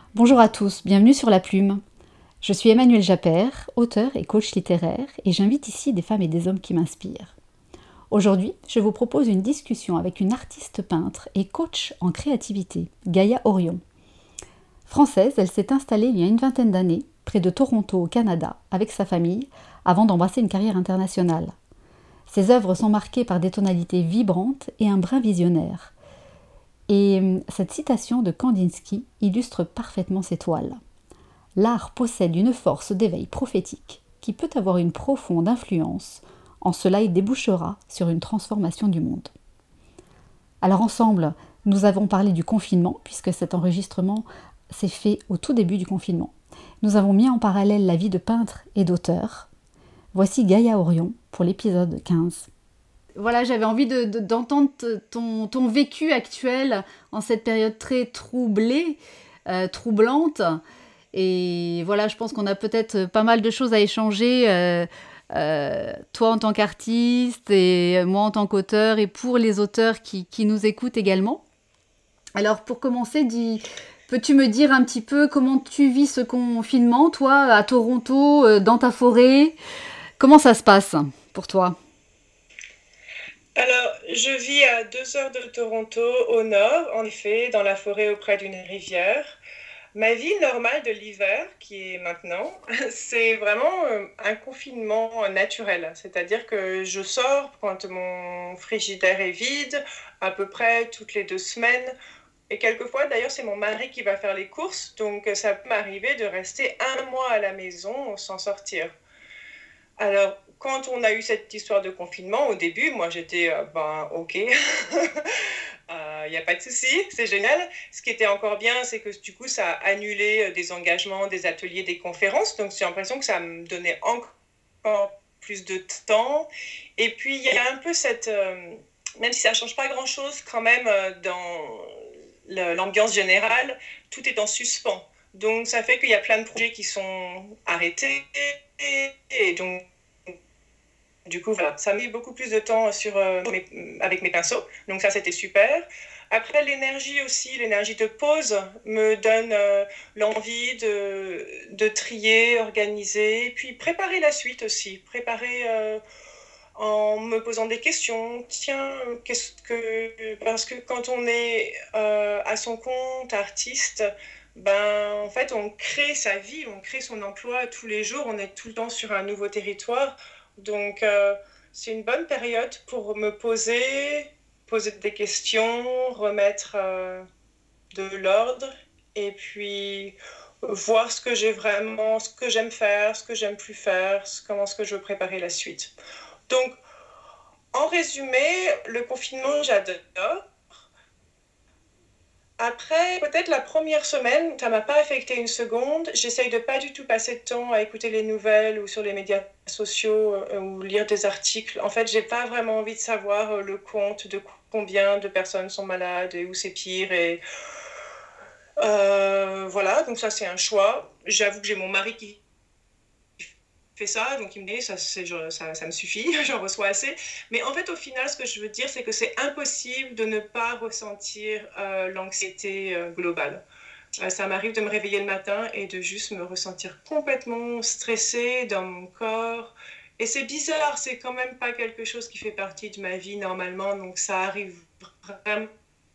Bonjour à tous, bienvenue sur La Plume. Je suis Emmanuelle Japper, auteure et coach littéraire, et j'invite ici des femmes et des hommes qui m'inspirent. Aujourd'hui, je vous propose une discussion avec une artiste peintre et coach en créativité, Gaïa Orion. Française, elle s'est installée il y a une vingtaine d'années, près de Toronto au Canada, avec sa famille, avant d'embrasser une carrière internationale. Ses œuvres sont marquées par des tonalités vibrantes et un brin visionnaire. Et cette citation de Kandinsky illustre parfaitement ses toiles. L'art possède une force d'éveil prophétique qui peut avoir une profonde influence, en cela il débouchera sur une transformation du monde. Alors ensemble, nous avons parlé du confinement, puisque cet enregistrement s'est fait au tout début du confinement. Nous avons mis en parallèle la vie de peintre et d'auteur. Voici Gaïa Orion pour l'épisode 15. Voilà, j'avais envie d'entendre ton vécu actuel en cette période très troublée, troublante. Et voilà, je pense qu'on a peut-être pas mal de choses à échanger, toi en tant qu'artiste et moi en tant qu'auteur, et pour les auteurs qui nous écoutent également. Alors pour commencer, peux-tu me dire un petit peu comment tu vis ce confinement, toi, à Toronto, dans ta forêt? Comment ça se passe pour toi? Alors, je vis à 2 heures de Toronto, au nord, en effet, dans la forêt auprès d'une rivière. Ma vie normale de l'hiver, qui est maintenant, c'est vraiment un confinement naturel. C'est-à-dire que je sors quand mon frigidaire est vide, à peu près toutes les 2 semaines. Et quelquefois, d'ailleurs, c'est mon mari qui va faire les courses, donc ça peut m'arriver de rester un mois à la maison sans sortir. Alors, quand on a eu cette histoire de confinement, au début, moi j'étais, ben ok, il n'y a pas de souci, c'est génial. Ce qui était encore bien, c'est que du coup, ça a annulé des engagements, des ateliers, des conférences. Donc, j'ai l'impression que ça me donnait encore plus de temps. Et puis, il y a un peu cette, même si ça ne change pas grand-chose, quand même, dans l'ambiance générale, tout est en suspens. Donc, ça fait qu'il y a plein de projets qui sont arrêtés. Et donc, du coup, voilà, ça a mis beaucoup plus de temps avec mes pinceaux. Donc ça, c'était super. Après, l'énergie aussi, l'énergie de pause me donne l'envie de trier, organiser, puis préparer la suite aussi. Préparer en me posant des questions. Tiens, qu'est-ce que... Parce que quand on est à son compte, artiste, ben, en fait, on crée sa vie, on crée son emploi tous les jours, on est tout le temps sur un nouveau territoire. Donc, c'est une bonne période pour me poser des questions, remettre de l'ordre et puis voir ce que j'ai vraiment, ce que j'aime faire, ce que j'aime plus faire, comment est-ce que je veux préparer la suite. Donc, en résumé, le confinement, j'adore. Après, peut-être la première semaine, ça m'a pas affecté une seconde. J'essaye de pas du tout passer de temps à écouter les nouvelles ou sur les médias sociaux ou lire des articles. En fait, j'ai pas vraiment envie de savoir le compte de combien de personnes sont malades et où c'est pire. Et voilà, donc ça c'est un choix. J'avoue que j'ai mon mari qui fait ça, donc il me dit ça me suffit, j'en reçois assez. Mais en fait, au final, ce que je veux dire, c'est que c'est impossible de ne pas ressentir l'anxiété globale. Ça m'arrive de me réveiller le matin et de juste me ressentir complètement stressée dans mon corps. Et c'est bizarre, c'est quand même pas quelque chose qui fait partie de ma vie normalement, donc ça arrive vraiment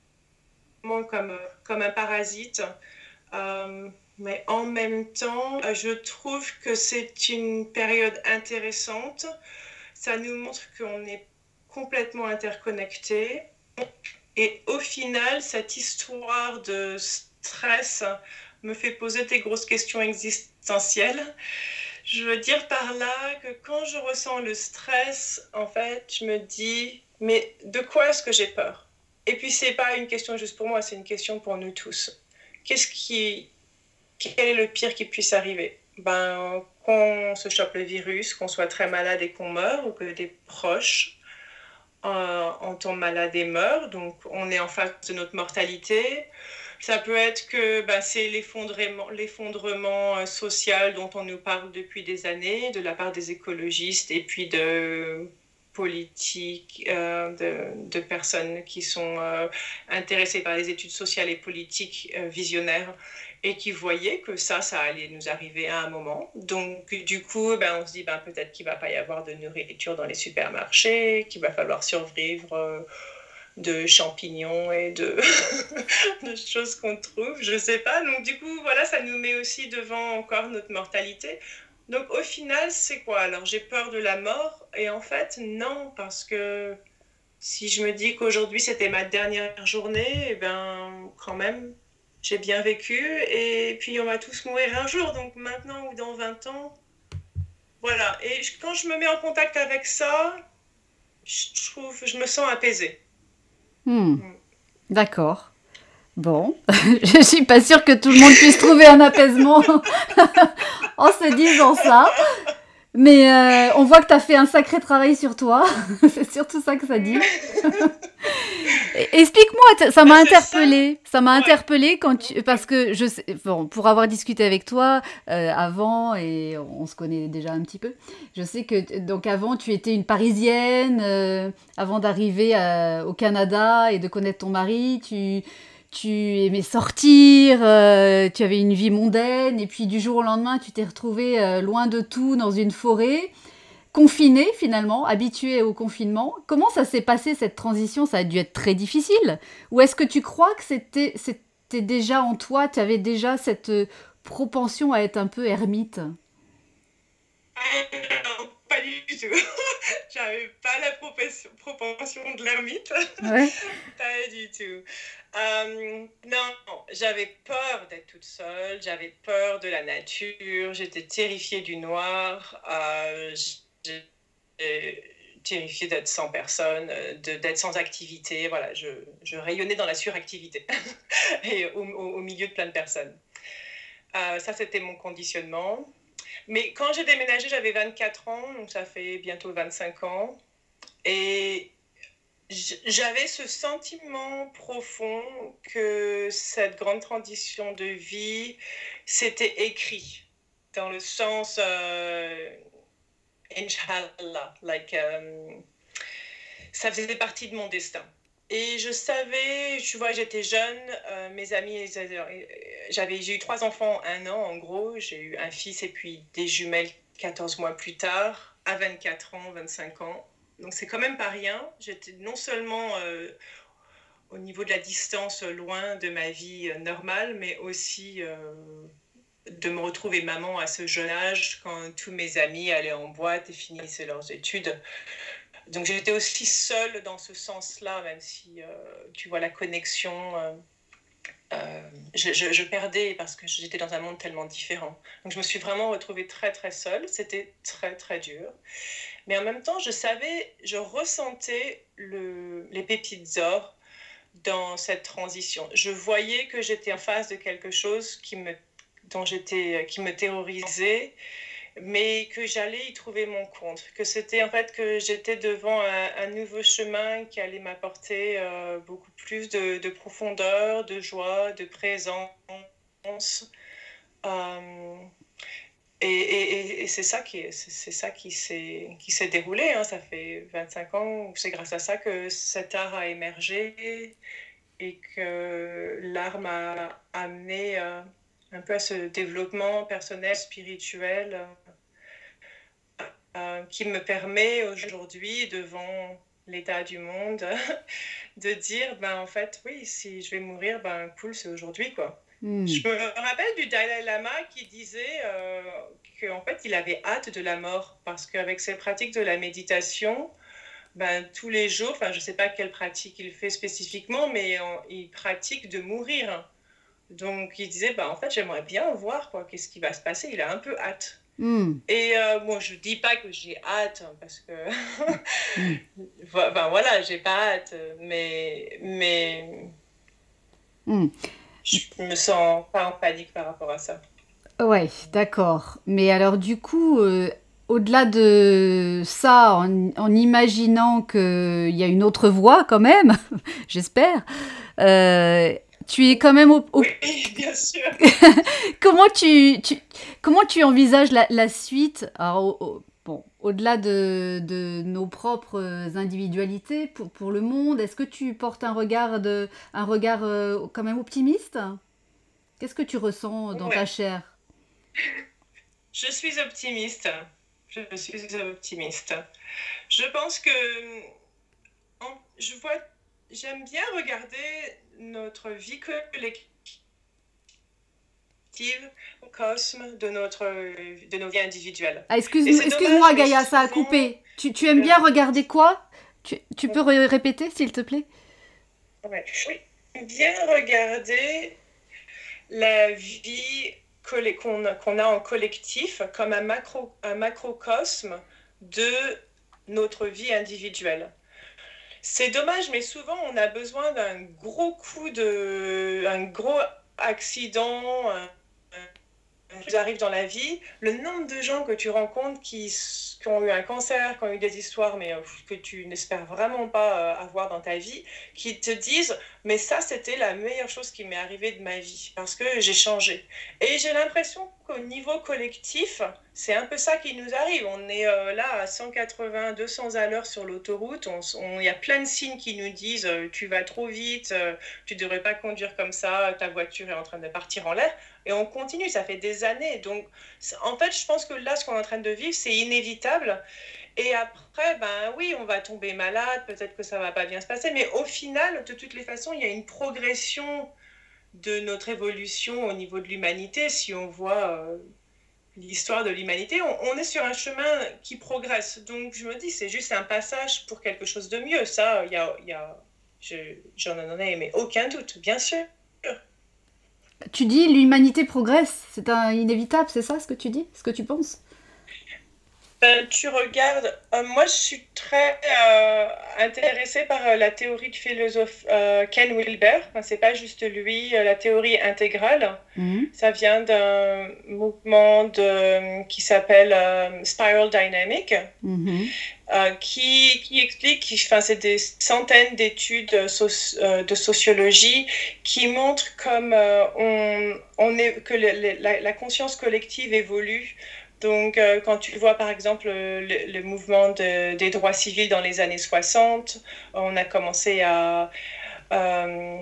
comme un parasite. Mais en même temps, je trouve que c'est une période intéressante. Ça nous montre qu'on est complètement interconnectés. Et au final, cette histoire de stress me fait poser des grosses questions existentielles. Je veux dire par là que quand je ressens le stress, en fait, je me dis, mais de quoi est-ce que j'ai peur? Et puis, c'est pas une question juste pour moi, c'est une question pour nous tous. Qu'est-ce qui, Quel est le pire qui puisse arriver? Ben, qu'on se chope le virus, qu'on soit très malade et qu'on meure, ou que des proches en tombent malades et meurent, donc on est en face de notre mortalité. Ça peut être que ben, c'est l'effondrement social dont on nous parle depuis des années, de la part des écologistes et puis de politiques, de personnes qui sont intéressées par les études sociales et politiques visionnaires. et qui voyait que ça allait nous arriver à un moment. Donc, du coup, on se dit peut-être qu'il ne va pas y avoir de nourriture dans les supermarchés, qu'il va falloir survivre de champignons et de, de choses qu'on trouve, je ne sais pas. Donc, du coup, voilà, ça nous met aussi devant encore notre mortalité. Donc, au final, c'est quoi? Alors, j'ai peur de la mort, et en fait, non, parce que si je me dis qu'aujourd'hui c'était ma dernière journée, eh ben quand même, j'ai bien vécu et puis on va tous mourir un jour, donc maintenant ou dans 20 ans, voilà. Et quand je me mets en contact avec ça, je me sens apaisée. Hmm, d'accord. Bon, je suis pas sûre que tout le monde puisse trouver un apaisement en se disant ça. Mais on voit que tu as fait un sacré travail sur toi. C'est surtout ça que ça dit. Explique-moi, ça m'a interpellée. Ça m'a interpellée parce que je sais, bon, pour avoir discuté avec toi avant et on se connaît déjà un petit peu. Je sais que donc avant tu étais une Parisienne, avant d'arriver au Canada et de connaître ton mari, tu aimais sortir, tu avais une vie mondaine et puis du jour au lendemain tu t'es retrouvée loin de tout dans une forêt. Confiné finalement, habitué au confinement. Comment ça s'est passé cette transition? Ça a dû être très difficile. Ou est-ce que tu crois que c'était déjà en toi, tu avais déjà cette propension à être un peu ermite? Non, pas du tout. J'avais pas la propension de l'ermite. Ouais. Pas du tout. Non, j'avais peur d'être toute seule, j'avais peur de la nature, j'étais terrifiée du noir, terrifiée d'être sans personne, d'être sans activité. Voilà, je rayonnais dans la suractivité et au milieu de plein de personnes. Ça, c'était mon conditionnement. Mais quand j'ai déménagé, j'avais 24 ans, donc ça fait bientôt 25 ans. Et j'avais ce sentiment profond que cette grande transition de vie, c'était écrit. Dans le sens, Inch'Allah, ça faisait partie de mon destin. Et je savais, tu vois, j'étais jeune, mes amis, j'ai eu 3 enfants, 1 an en gros, j'ai eu un fils et puis des jumelles 14 mois plus tard, à 24 ans, 25 ans. Donc c'est quand même pas rien. J'étais non seulement au niveau de la distance loin de ma vie normale, mais aussi de me retrouver maman à ce jeune âge quand tous mes amis allaient en boîte et finissaient leurs études. Donc j'étais aussi seule dans ce sens-là, même si tu vois la connexion, je perdais parce que j'étais dans un monde tellement différent. Donc je me suis vraiment retrouvée très très seule, c'était très très dur. Mais en même temps, je ressentais les pépites d'or dans cette transition. Je voyais que j'étais en face de quelque chose qui me terrorisait, mais que j'allais y trouver mon compte, que c'était en fait que j'étais devant un nouveau chemin qui allait m'apporter beaucoup plus de profondeur, de joie, de présence. Euh, et c'est ça qui s'est déroulé, hein. Ça fait 25 ans, c'est grâce à ça que cet art a émergé et que l'art m'a amené un peu à ce développement personnel, spirituel, qui me permet aujourd'hui, devant l'état du monde, de dire, en fait, oui, si je vais mourir, cool, c'est aujourd'hui, quoi. Je me rappelle du Dalai Lama qui disait qu'en fait, il avait hâte de la mort parce qu'avec ses pratiques de la méditation, tous les jours, enfin, je ne sais pas quelle pratique il fait spécifiquement, mais il pratique de mourir. Donc, il disait, en fait, j'aimerais bien voir quoi, qu'est-ce qui va se passer. Il a un peu hâte. Et bon, je dis pas que j'ai hâte, hein, parce que voilà, j'ai pas hâte, mais je me sens pas en panique par rapport à ça. Ouais, d'accord. Mais alors du coup, au-delà de ça, en imaginant qu'il y a une autre voie quand même, j'espère, tu es quand même Oui, bien sûr. comment comment tu envisages la suite? Alors, bon, au-delà de nos propres individualités pour le monde, est-ce que tu portes un regard quand même optimiste? Qu'est-ce que tu ressens dans ta Ouais, chair? je suis optimiste. Je suis optimiste. Je pense que je vois, j'aime bien regarder notre vie collective au cosme de nos vies individuelles. Ah, Et c'est dommage, excuse-moi, mais Gaïa, ça a souvent, coupé. Tu aimes bien euh, regarder quoi? Tu peux répéter, s'il te plaît? ouais, oui, bien regarder la vie qu'on a en collectif comme un macrocosme de notre vie individuelle. C'est dommage, mais souvent on a besoin un gros accident, qui arrive dans la vie, le nombre de gens que tu rencontres qui ont eu un cancer, qui ont eu des histoires, mais que tu n'espères vraiment pas avoir dans ta vie, qui te disent, mais ça, c'était la meilleure chose qui m'est arrivée de ma vie, parce que j'ai changé. Et j'ai l'impression qu'au niveau collectif, c'est un peu ça qui nous arrive. On est là à 180, 200 à l'heure sur l'autoroute. Il y a plein de signes qui nous disent, tu vas trop vite, tu devrais pas conduire comme ça, ta voiture est en train de partir en l'air. Et on continue, ça fait des années. Donc, en fait, je pense que là, ce qu'on est en train de vivre, c'est inévitable. Et après, ben oui, on va tomber malade, peut-être que ça va pas bien se passer, mais au final, de toutes les façons, il y a une progression de notre évolution au niveau de l'humanité. Si on voit l'histoire de l'humanité, on est sur un chemin qui progresse. Donc, je me dis, c'est juste un passage pour quelque chose de mieux. Ça, j'en ai mais aucun doute, bien sûr. Tu dis l'humanité progresse, c'est inévitable, c'est ça ce que tu dis, ce que tu penses? Ben, tu regardes, moi je suis très intéressée par la théorie de philosophe Ken Wilber. Enfin, c'est pas juste lui, la théorie intégrale. Mhm. Ça vient d'un mouvement qui s'appelle Spiral Dynamic, Mhm. qui explique, enfin, c'est des centaines d'études de sociologie qui montrent comme que la conscience collective évolue. Donc, quand tu vois par exemple le mouvement des droits civils dans les années 60, on a commencé euh,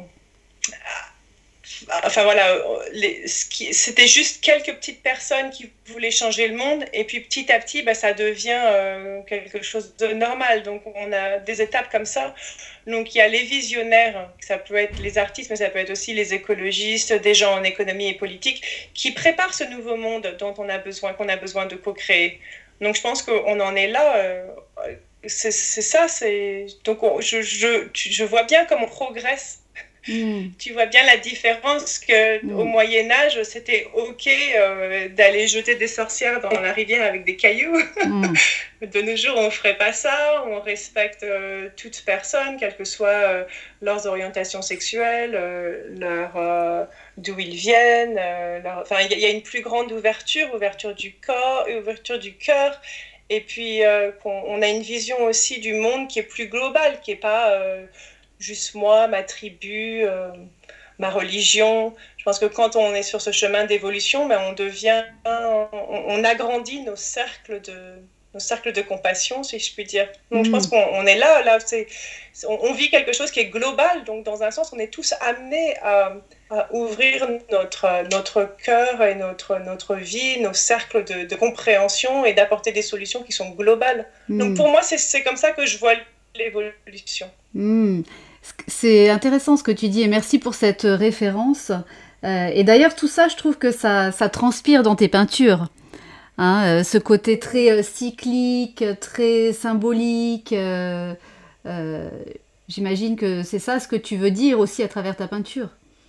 enfin voilà, c'était juste quelques petites personnes qui voulaient changer le monde, et puis petit à petit, bah, ça devient quelque chose de normal. Donc on a des étapes comme ça. Donc il y a les visionnaires, ça peut être les artistes, mais ça peut être aussi les écologistes, des gens en économie et politique, qui préparent ce nouveau monde dont qu'on a besoin de co-créer. Donc je pense qu'on en est là. C'est ça, donc je vois bien comment on progresse. Mhm. Tu vois bien la différence que au Mhm. Moyen Âge, c'était ok d'aller jeter des sorcières dans la rivière avec des cailloux. Mhm. De nos jours, on ferait pas ça. On respecte toute personne, quelles que soient leurs orientations sexuelles, d'où ils viennent. Enfin, il y a une plus grande ouverture du corps, ouverture du cœur. Et puis, on a une vision aussi du monde qui est plus globale, qui est pas juste moi, ma tribu, ma religion. Je pense que quand on est sur ce chemin d'évolution, ben on agrandit nos cercles de compassion, si je puis dire. Donc je pense Mhm. qu'on est là, on vit quelque chose qui est global. Donc dans un sens, on est tous amenés à ouvrir notre cœur et notre vie, nos cercles de compréhension, et d'apporter des solutions qui sont globales. Donc Mhm. pour moi, c'est comme ça que je vois l'évolution. Mhm. C'est intéressant ce que tu dis et merci pour cette référence. Et d'ailleurs, tout ça, je trouve que ça transpire dans tes peintures. Hein, ce côté très cyclique, très symbolique. Euh, J'imagine que c'est ça ce que tu veux dire aussi à travers ta peinture.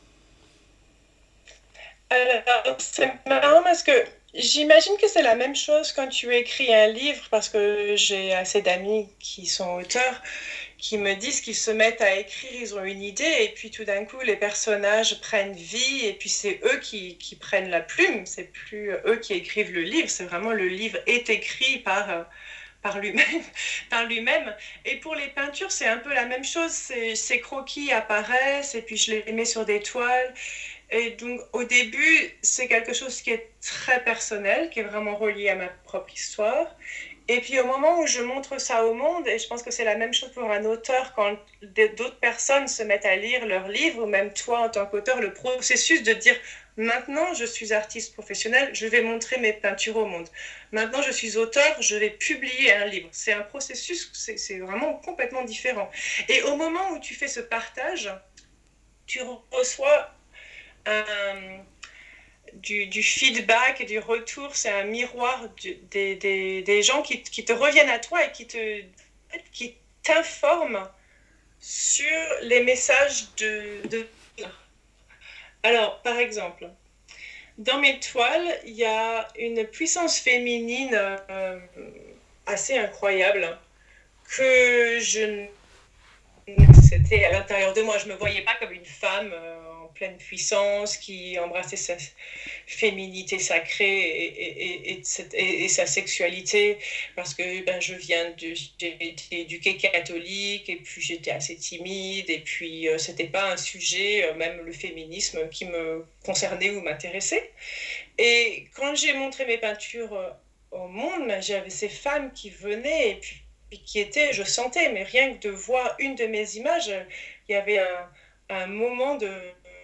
Alors, c'est marrant parce que j'imagine que c'est la même chose quand tu écris un livre, parce que j'ai assez d'amis qui sont auteurs, qui me disent qu'ils se mettent à écrire, ils ont une idée, et puis tout d'un coup, les personnages prennent vie, et puis c'est eux qui prennent la plume, c'est plus eux qui écrivent le livre, c'est vraiment le livre est écrit par lui-même, par lui-même. Et pour les peintures, c'est un peu la même chose. Ces croquis apparaissent et puis je les mets sur des toiles. Et donc, au début, c'est quelque chose qui est très personnel, qui est vraiment relié à ma propre histoire. Et puis, au moment où je montre ça au monde, et je pense que c'est la même chose pour un auteur, quand d'autres personnes se mettent à lire leurs livres, ou même toi en tant qu'auteur, le processus de dire Maintenant, je suis artiste professionnelle, je vais montrer mes peintures au monde. Maintenant, je suis auteur, je vais publier un livre. C'est un processus, c'est vraiment complètement différent. Et au moment où tu fais ce partage, tu reçois un, du feedback et du retour. C'est un miroir des gens qui te reviennent à toi et qui t'informent sur les messages de... Alors, par exemple, dans mes toiles, il y a une puissance féminine assez incroyable que je c'était à l'intérieur de moi. Je ne me voyais pas comme une femme en pleine puissance qui embrassait sa féminité sacrée et sa sexualité parce que je j'ai été éduquée catholique et puis j'étais assez timide et puis c'était pas un sujet, même le féminisme, qui me concernait ou m'intéressait. Et quand j'ai montré mes peintures au monde, j'avais ces femmes qui venaient et puis qui étaient, je sentais, mais rien que de voir une de mes images, il y avait un moment de...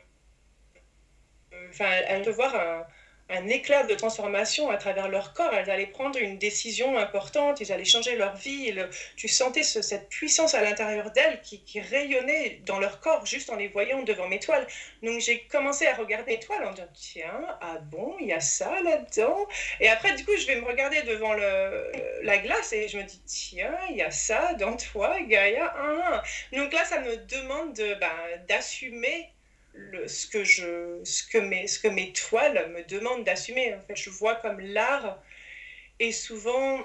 Enfin, elles de voir un éclat de transformation à travers leur corps. Elles allaient prendre une décision importante, ils allaient changer leur vie. Tu sentais cette puissance à l'intérieur d'elles qui rayonnait dans leur corps juste en les voyant devant mes toiles. Donc j'ai commencé à regarder mes toiles en disant tiens, ah bon, il y a ça là-dedans. Et après, du coup, je vais me regarder devant la glace et je me dis tiens, il y a ça dans toi, Gaïa. Donc là, ça me demande d'assumer ce que mes toiles me demandent d'assumer. En fait, je vois comme l'art est souvent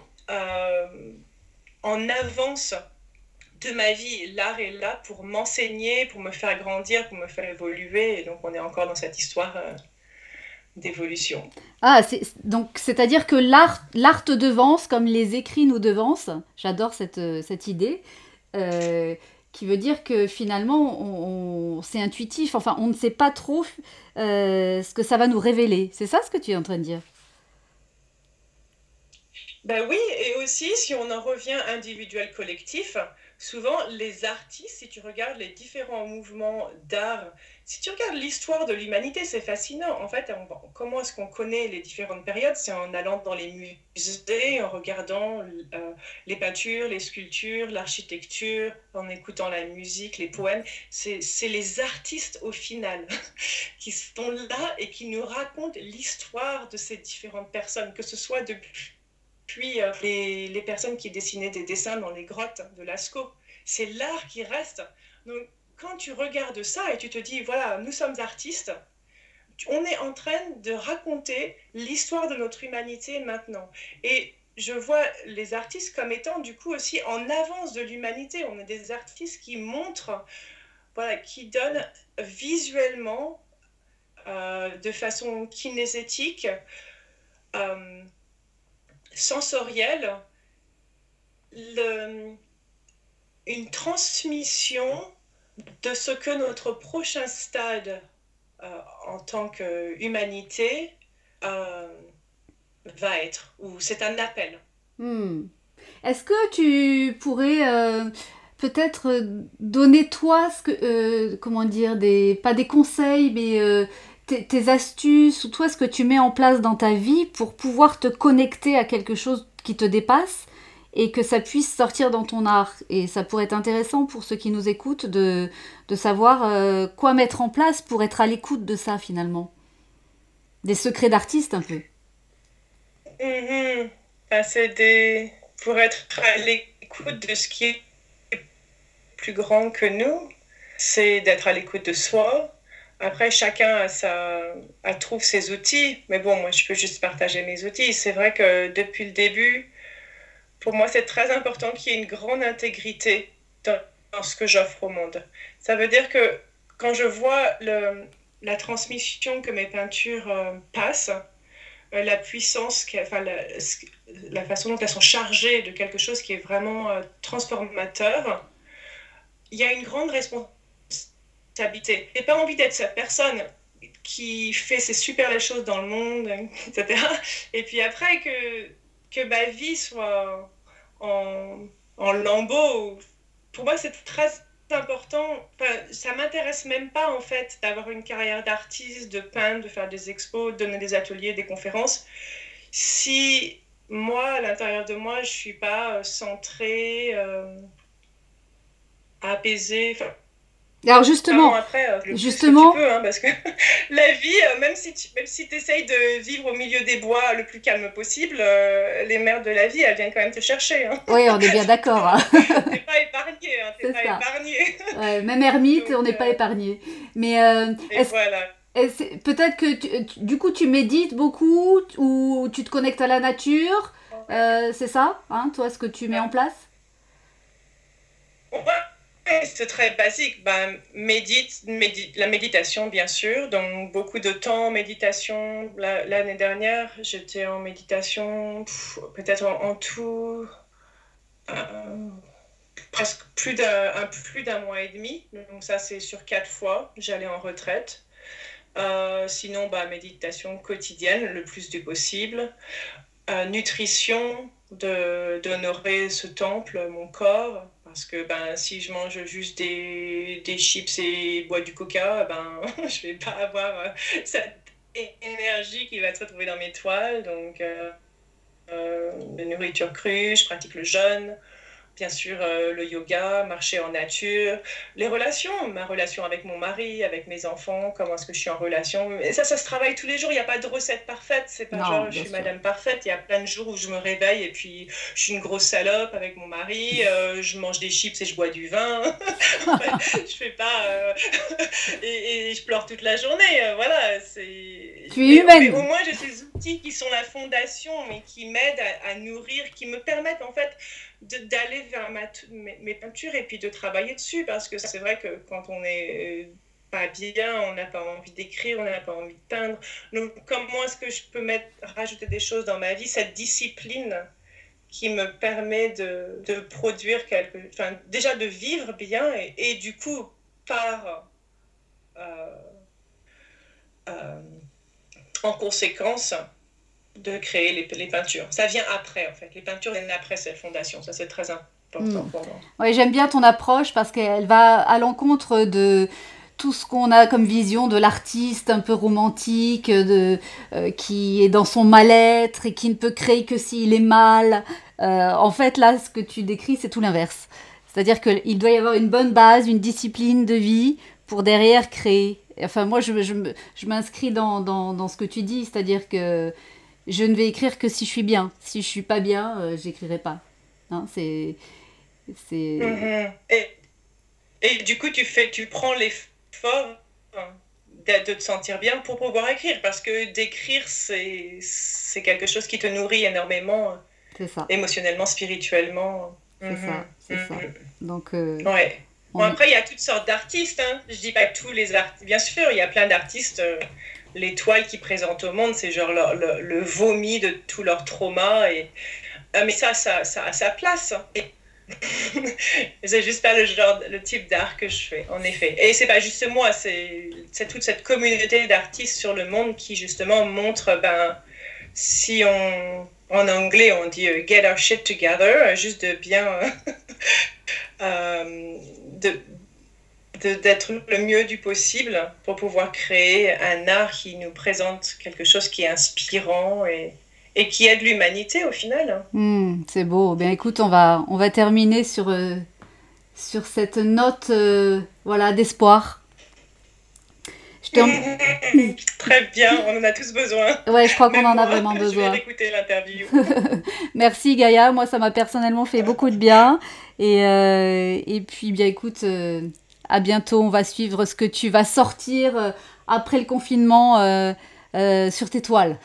en avance de ma vie. L'art est là pour m'enseigner, pour me faire grandir, pour me faire évoluer. Et donc, on est encore dans cette histoire d'évolution. Ah, donc c'est-à-dire que l'art te devance comme les écrits nous devancent. J'adore cette idée. Euh, qui veut dire que finalement, c'est intuitif. Enfin, on ne sait pas trop ce que ça va nous révéler. C'est ça ce que tu es en train de dire? Ben oui, et aussi, si on en revient individuel collectif, souvent les artistes, si tu regardes les différents mouvements d'art, si tu regardes l'histoire de l'humanité, c'est fascinant. En fait, comment est-ce qu'on connaît les différentes périodes? C'est en allant dans les musées, en regardant les peintures, les sculptures, l'architecture, en écoutant la musique, les poèmes. C'est les artistes au final qui sont là et qui nous racontent l'histoire de ces différentes personnes, que ce soit depuis puis les personnes qui dessinaient des dessins dans les grottes de Lascaux. C'est l'art qui reste. Donc quand tu regardes ça et tu te dis, voilà, nous sommes artistes, on est en train de raconter l'histoire de notre humanité maintenant. Et je vois les artistes comme étant du coup aussi en avance de l'humanité. On est des artistes qui montrent, voilà, qui donnent visuellement, de façon kinesthétique, euh, sensorielle, le, une transmission de ce que notre prochain stade en tant qu'humanité euh, va être, ou c'est un appel. Hmm. Est-ce que tu pourrais peut-être donner toi comment dire, pas des conseils, mais tes astuces ou toi ce que tu mets en place dans ta vie pour pouvoir te connecter à quelque chose qui te dépasse et que ça puisse sortir dans ton art. Et ça pourrait être intéressant pour ceux qui nous écoutent de savoir quoi mettre en place pour être à l'écoute de ça finalement. Des secrets d'artiste un peu. Mm-hmm. Ben, pour être à l'écoute de ce qui est plus grand que nous, c'est d'être à l'écoute de soi. Après, chacun trouve ses outils, mais bon, moi, je peux juste partager mes outils. C'est vrai que depuis le début, pour moi, c'est très important qu'il y ait une grande intégrité dans ce que j'offre au monde. Ça veut dire que quand je vois la transmission que mes peintures passent, la puissance, la façon dont elles sont chargées de quelque chose qui est vraiment transformateur, il y a une grande responsabilité. J'ai pas envie d'être cette personne qui fait ces super belles choses dans le monde, etc. Et puis après que ma vie soit en lambeaux. Pour moi, c'est très important, enfin, ça m'intéresse même pas en fait d'avoir une carrière d'artiste, de peindre, de faire des expos, de donner des ateliers, des conférences. Si moi, à l'intérieur de moi, je suis pas centrée, apaisée, enfin, Alors pardon, justement, après, le plus que tu justement, peux, hein, parce que la vie, même si tu essayes de vivre au milieu des bois le plus calme possible, les mers de la vie, elles viennent quand même te chercher. Hein. oui, on est bien d'accord, hein. T'es pas épargné, hein, t'es C'est pas ça. épargné. Ouais, même ermite, on Donc, n'est pas épargné. Mais et voilà. peut-être que du coup tu médites beaucoup ou tu te connectes à la nature, c'est ça, hein, toi, ce que tu mets en place? Ouais, c'est très basique. Ben, la méditation, bien sûr. Donc, beaucoup de temps en méditation. L'année dernière, j'étais en méditation, peut-être en tout, euh, presque plus d'un mois et demi. Donc, ça, c'est sur 4 fois. J'allais en retraite. Sinon, bah, méditation quotidienne, le plus du possible. Nutrition, d'honorer ce temple, mon corps, parce que ben, si je mange juste des chips et bois du coca, ben, je vais pas avoir cette énergie qui va se retrouver dans mes toiles. Donc, de nourriture crue, je pratique le jeûne. Bien sûr, le yoga, marcher en nature, les relations, ma relation avec mon mari, avec mes enfants, comment est-ce que je suis en relation. Et ça se travaille tous les jours. Il n'y a pas de recette parfaite. C'est pas Non, genre je bien suis sûr. madame parfaite. Il y a plein de jours où je me réveille et puis je suis une grosse salope avec mon mari. Je mange des chips et je bois du vin. Je fais pas. Et je pleure toute la journée. Voilà. Tu es Mais au humaine. moins, j'ai ces outils qui sont la fondation, mais qui m'aident à nourrir, qui me permettent en fait d'aller vers mes peintures et puis de travailler dessus parce que c'est vrai que quand on est pas bien, on n'a pas envie d'écrire, on n'a pas envie de peindre. Donc comment est-ce que je peux rajouter des choses dans ma vie, cette discipline qui me permet de produire enfin déjà de vivre bien et du coup par euh, euh, en conséquence de créer les peintures. Ça vient après, en fait. Les peintures viennent après cette fondation. Ça, c'est très important Hmm. pour moi. Ouais, j'aime bien ton approche parce qu'elle va à l'encontre de tout ce qu'on a comme vision de l'artiste un peu romantique, qui est dans son mal-être et qui ne peut créer que s'il est mal. En fait, là, ce que tu décris, c'est tout l'inverse. C'est-à-dire qu'il doit y avoir une bonne base, une discipline de vie pour derrière créer. Enfin, moi, je m'inscris dans ce que tu dis, c'est-à-dire que je ne vais écrire que si je suis bien. Si je suis pas bien, j'écrirai pas. Hein, c'est... Mhm. Et du coup, tu prends l'effort de te sentir bien pour pouvoir écrire. Parce que d'écrire, c'est quelque chose qui te nourrit énormément, C'est ça, émotionnellement, spirituellement. c'est ça, Mhm. c'est ça. Mhm. Donc, Ouais. Bon, on est... après, il y a toutes sortes d'artistes. Hein. Je dis pas que tous les artistes. Bien sûr, il y a plein d'artistes. Les toiles qu'ils présentent au monde, c'est genre le vomi de tout leur trauma. Mais ça a sa place. Hein. Et c'est juste pas le type d'art que je fais, en effet. Et c'est pas juste moi, c'est toute cette communauté d'artistes sur le monde qui justement montre, ben, si en anglais on dit get our shit together, juste de bien euh, de, d'être le mieux du possible pour pouvoir créer un art qui nous présente quelque chose qui est inspirant et qui aide l'humanité au final. C'est beau. Bien, écoute, on va terminer sur cette note, voilà, d'espoir. Je te... Très bien, on en a tous besoin. Ouais, je crois qu'on Même en a moi, vraiment je vais besoin. réécouter l'interview. Merci Gaïa, moi ça m'a personnellement fait beaucoup de bien. Et puis bien écoute, à bientôt, on va suivre ce que tu vas sortir après le confinement sur tes toiles.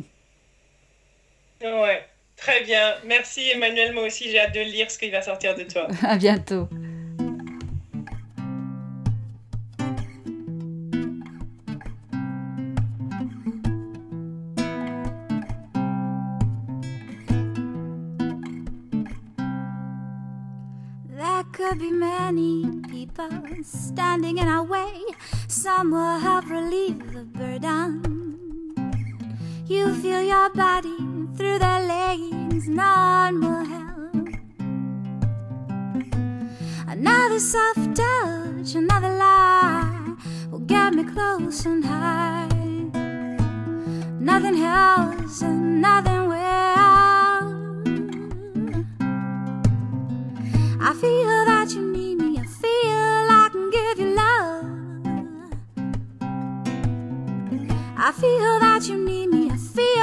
Ouais, très bien. Merci Emmanuel, moi aussi j'ai hâte de lire ce qui va sortir de toi. À bientôt. There could be many people standing in our way. Some will help relieve the burden. You feel your body through their leggings, none will help. Another soft touch much another lie will get me close and high. Nothing else and nothing will. I feel that you need me. I feel I can give you love. I feel that you need me. I feel